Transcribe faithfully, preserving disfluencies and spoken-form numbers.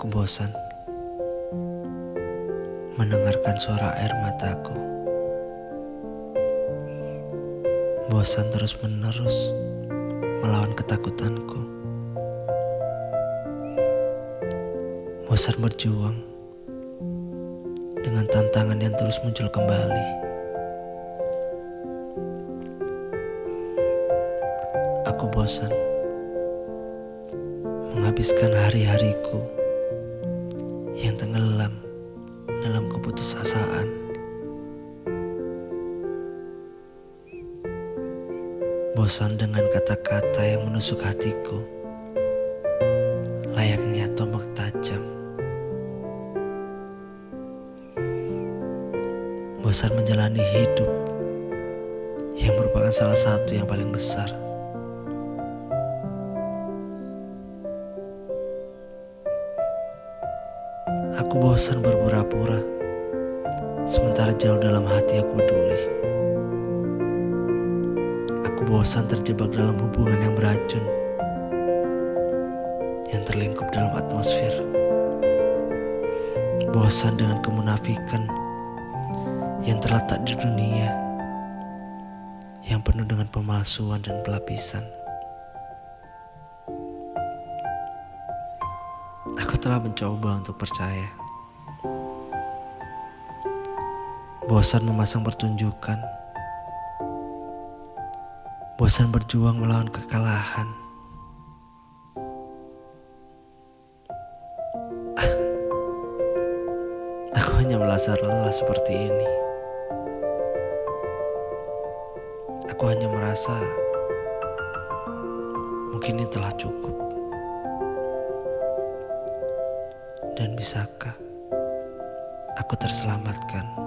Aku bosan mendengarkan suara air mataku. Bosan terus-menerus melawan ketakutanku. Bosan berjuang dengan tantangan yang terus muncul kembali. Aku bosan menghabiskan hari-hariku yang tenggelam dalam keputusasaan. Bosan dengan kata-kata yang menusuk hatiku, layaknya tombak tajam. Bosan menjalani hidup yang merupakan salah satu yang paling besar. Aku bosan berpura-pura, sementara jauh dalam hati aku peduli. Aku bosan terjebak dalam hubungan yang beracun, yang terlingkup dalam atmosfer. Bosan dengan kemunafikan yang terletak di dunia, yang penuh dengan pemalsuan dan pelapisan. Aku telah mencoba untuk percaya. Bosan memasang pertunjukan. Bosan berjuang melawan kekalahan. Ah, aku hanya merasa lelah seperti ini. Aku hanya merasa mungkin ini telah cukup. Dan bisakah aku terselamatkan?